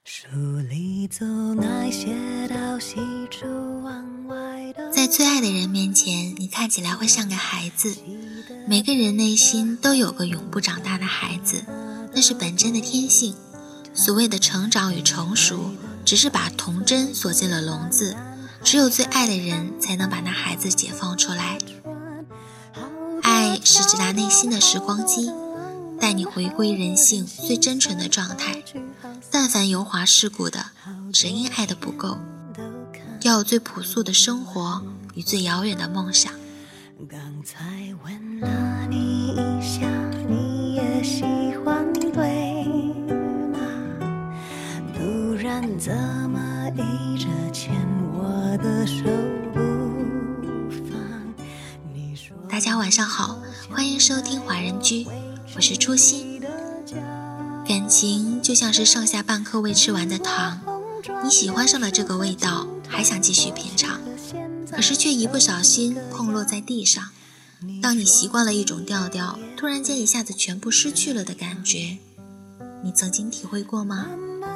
在最爱的人面前，你看起来会像个孩子。每个人内心都有个永不长大的孩子，那是本真的天性。所谓的成长与成熟，只是把童真锁进了笼子，只有最爱的人才能把那孩子解放出来。爱是直达内心的时光机，带你回归人性最真纯的状态。但凡油滑世故的，只因爱的不够。要有最朴素的生活与最遥远的梦想。 刚才吻了你一下，你也喜欢对吗？不然怎么一直牵我的手不放？ 大家晚上好，欢迎收听华人居，我是初心。感情就像是剩下半颗未吃完的糖，你喜欢上了这个味道，还想继续品尝，可是却一不小心碰落在地上。当你习惯了一种调调，突然间一下子全部失去了的感觉，你曾经体会过吗？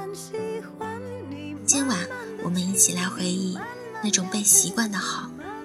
今晚我们一起来回忆那种被习惯的好。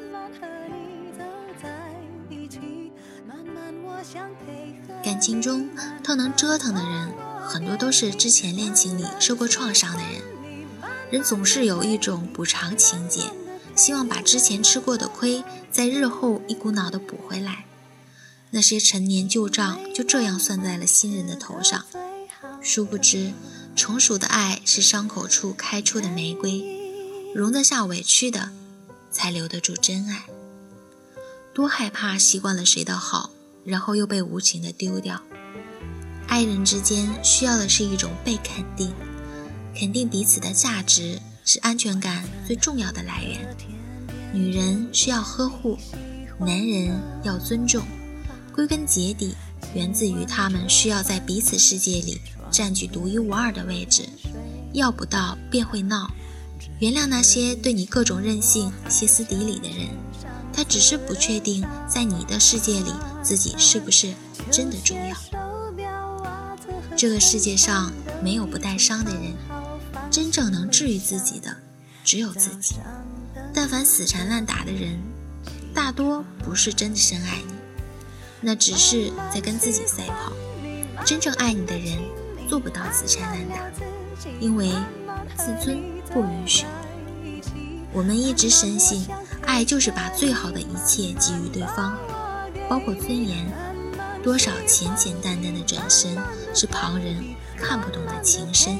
感情中特能折腾的人，很多都是之前恋情里受过创伤的人。人总是有一种补偿情节，希望把之前吃过的亏在日后一股脑的补回来。那些陈年旧账就这样算在了新人的头上。殊不知，成熟的爱是伤口处开出的玫瑰，容得下委屈的，才留得住真爱。多害怕习惯了谁的好，然后又被无情的丢掉。爱人之间需要的是一种被肯定，肯定彼此的价值是安全感最重要的来源。女人需要呵护，男人要尊重，归根结底源自于他们需要在彼此世界里占据独一无二的位置，要不到便会闹。原谅那些对你各种任性歇斯底里的人，他只是不确定在你的世界里自己是不是真的重要。这个世界上没有不带伤的人，真正能治愈自己的只有自己。但凡死缠烂打的人，大多不是真的深爱你，那只是在跟自己赛跑。真正爱你的人做不到死缠烂打，因为自尊不允许。我们一直深信，爱就是把最好的一切给予对方，包括尊严。多少简简单单的转身，是旁人看不懂的情深。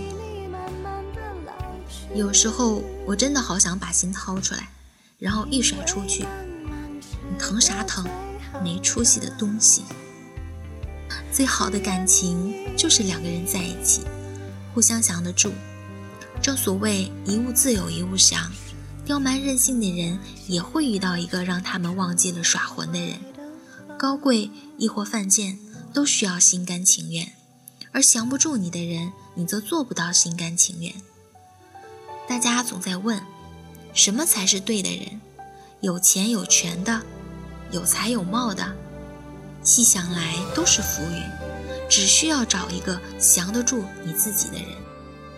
有时候我真的好想把心掏出来，然后一甩出去。你疼啥疼，没出息的东西。最好的感情就是两个人在一起，互相降得住。正所谓一物自有一物降，刁蛮任性的人也会遇到一个让他们忘记了耍混的人。高贵亦或犯贱都需要心甘情愿，而降不住你的人，你则做不到心甘情愿。大家总在问，什么才是对的人？有钱有权的，有才有貌的，细想来都是浮云，只需要找一个降得住你自己的人。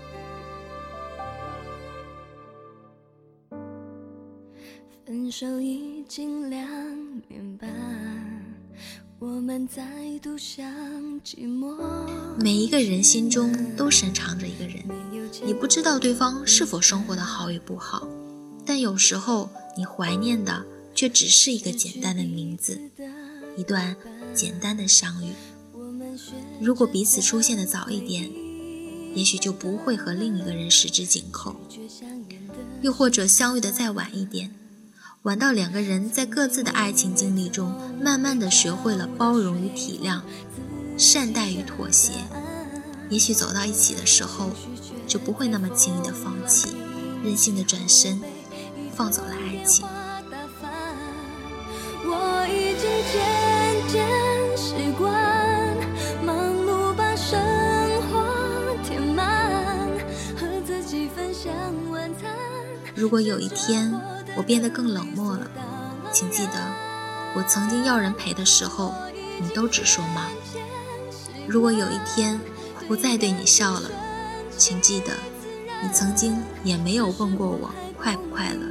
分手已经2年半，我们再度像寂寞。 每一个人心中都深藏着一个人，你不知道对方是否生活的好与不好，但有时候你怀念的却只是一个简单的名字，一段简单的相遇。如果彼此出现的早一点，也许就不会和另一个人十指紧扣，又或者相遇的再晚一点，晚到两个人在各自的爱情经历中慢慢地学会了包容与体谅，善待与妥协，也许走到一起的时候就不会那么轻易的放弃，任性的转身放走了爱情。 我已经渐渐习惯忙碌把生活填满，和自己分享晚餐。 如果有一天我变得更冷漠了，请记得我曾经要人陪的时候，你都只说忙。如果有一天不再对你笑了，请记得你曾经也没有问过我快不快乐。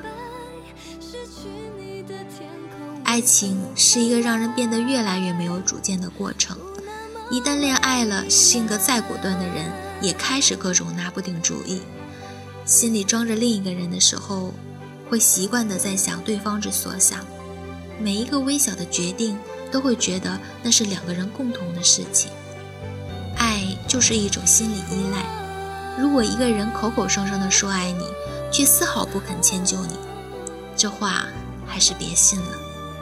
爱情是一个让人变得越来越没有主见的过程，一旦恋爱了，性格再果断的人也开始各种拿不定主意，心里装着另一个人的时候，会习惯地在想对方之所想，每一个微小的决定都会觉得那是两个人共同的事情。爱就是一种心理依赖，如果一个人口口声声地说爱你，却丝毫不肯迁就你，这话还是别信了。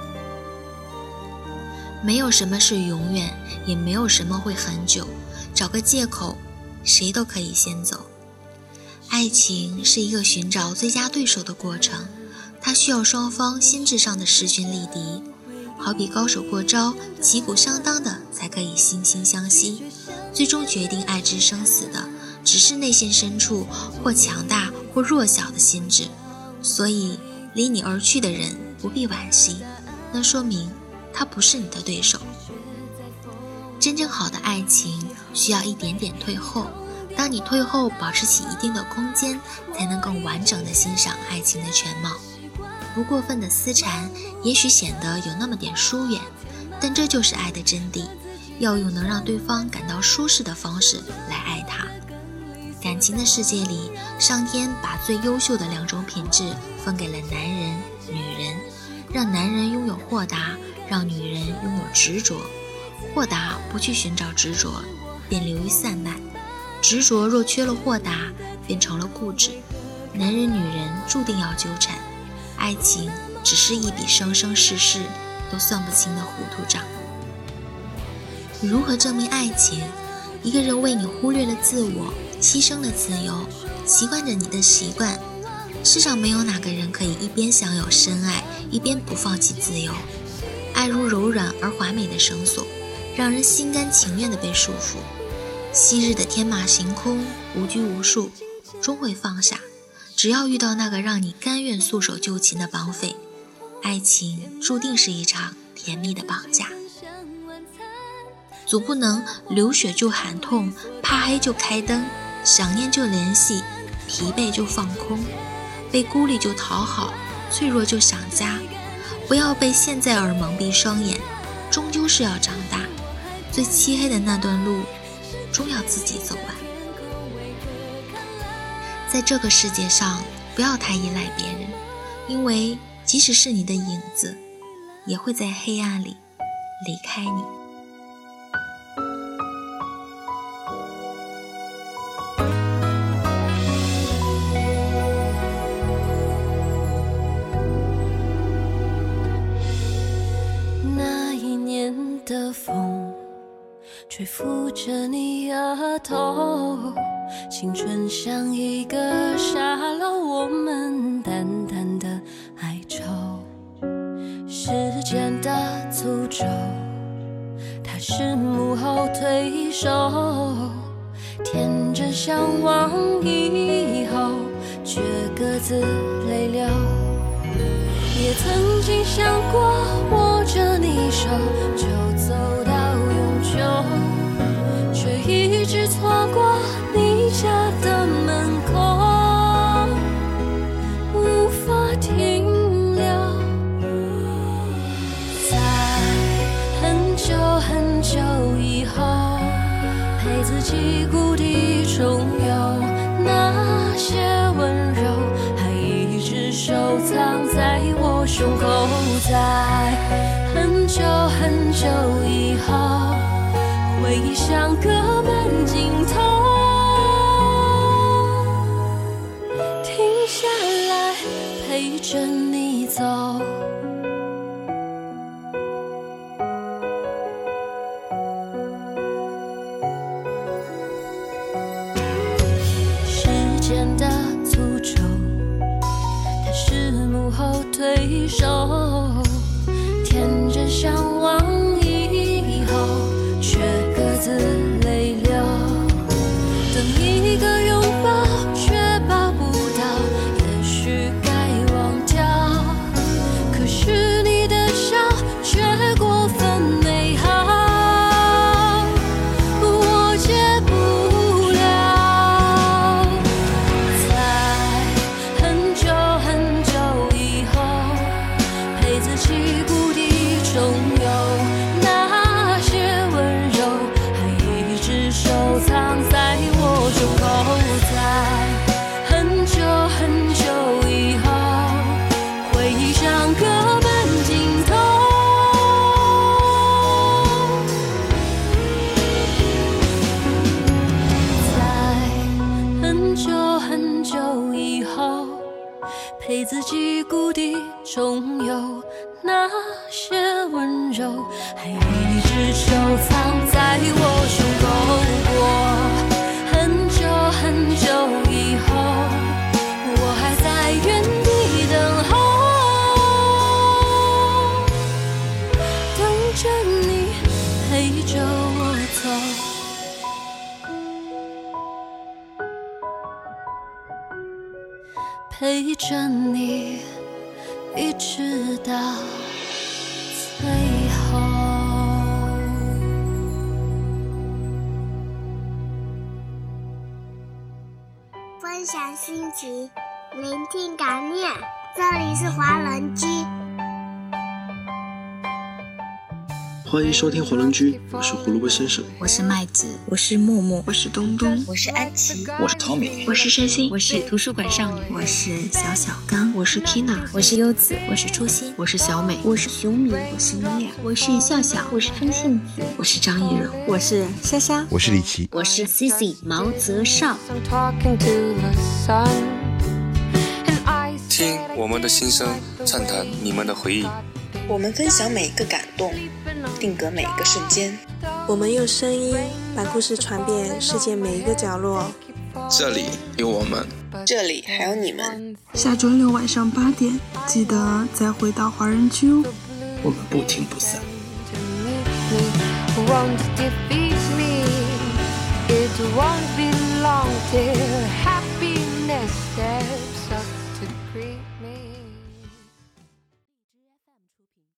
没有什么是永远，也没有什么会很久，找个借口，谁都可以先走。爱情是一个寻找最佳对手的过程，它需要双方心智上的势均力敌，好比高手过招，旗鼓相当的才可以惺惺相惜。最终决定爱之生死的，只是内心深处或强大或弱小的心智。所以离你而去的人不必惋惜，那说明他不是你的对手。真正好的爱情需要一点点退后，当你退后保持起一定的空间，才能更完整地欣赏爱情的全貌。不过分的私缠也许显得有那么点疏远，但这就是爱的真谛，要用能让对方感到舒适的方式来爱他。感情的世界里，上天把最优秀的2种品质分给了男人、女人，让男人拥有豁达，让女人拥有执着。豁达不去寻找执着，便流于散漫；执着若缺了豁达，变成了固执。男人女人注定要纠缠，爱情只是一笔生生世世都算不清的糊涂账。如何证明爱情？一个人为你忽略了自我，牺牲了自由，习惯着你的习惯。世上没有哪个人可以一边享有深爱，一边不放弃自由。爱如柔软而华美的绳索，让人心甘情愿地被束缚。昔日的天马行空，无拘无束，终会放下。只要遇到那个让你甘愿束手就擒的绑匪，爱情注定是一场甜蜜的绑架。总不能流血就喊痛，怕黑就开灯，想念就联系，疲惫就放空，被孤立就讨好，脆弱就想家。不要被现在而蒙蔽双眼，终究是要长大。最漆黑的那段路，终要自己走完。在这个世界上，不要太依赖别人，因为即使是你的影子，也会在黑暗里离开你。 那一年的风吹拂着你额头，青春像一个沙漏，我们淡淡的哀愁。时间的诅咒，它是幕后推手，天真向往以后，却各自泪流。也曾经想过握着你手就走到永久，却一直错过你家的门口，无法停留。在很久很久以后，陪自己故地重游，那些温柔还一直收藏在我胸口。在很久很久以后，回忆像个慢镜头，停下来陪着你走。时间的诅咒，它是幕后推手，天真向往以后，却各自泪很久很久以后，陪自己故地重游，那些温柔还一直收藏在我胸口过。很久很久以后，我还在原地等候，等着你陪着我走。陪着你一直到最后。 分享心情，聆听感念，这里是华人居。 欢迎收听华人居，我是胡萝卜先生， 我是麦子，我是默默， 我是东东， 我是安琪， 我是 Tommy， 我是山心， 我是图书馆少女， 我是小小刚， 我是 Kina， 我是优子，我是初心， 我是小美， 我是熊米， 我是米娅， 我是笑笑， 我是风信子， 我是张艺柔， 我是莎莎， 我是李琦， 我是 Cici 毛泽少。 听我们的心声，畅谈你们的回忆。 我们分享每一个感动，定格每一个瞬间。 我们用声音把故事传遍世界每一个角落。 这里有我们， 这里还有你们。 下周六晚上8点，记得再回到华人区哦。 我们不听不散。 It won't be long till happiness steps up to greet me.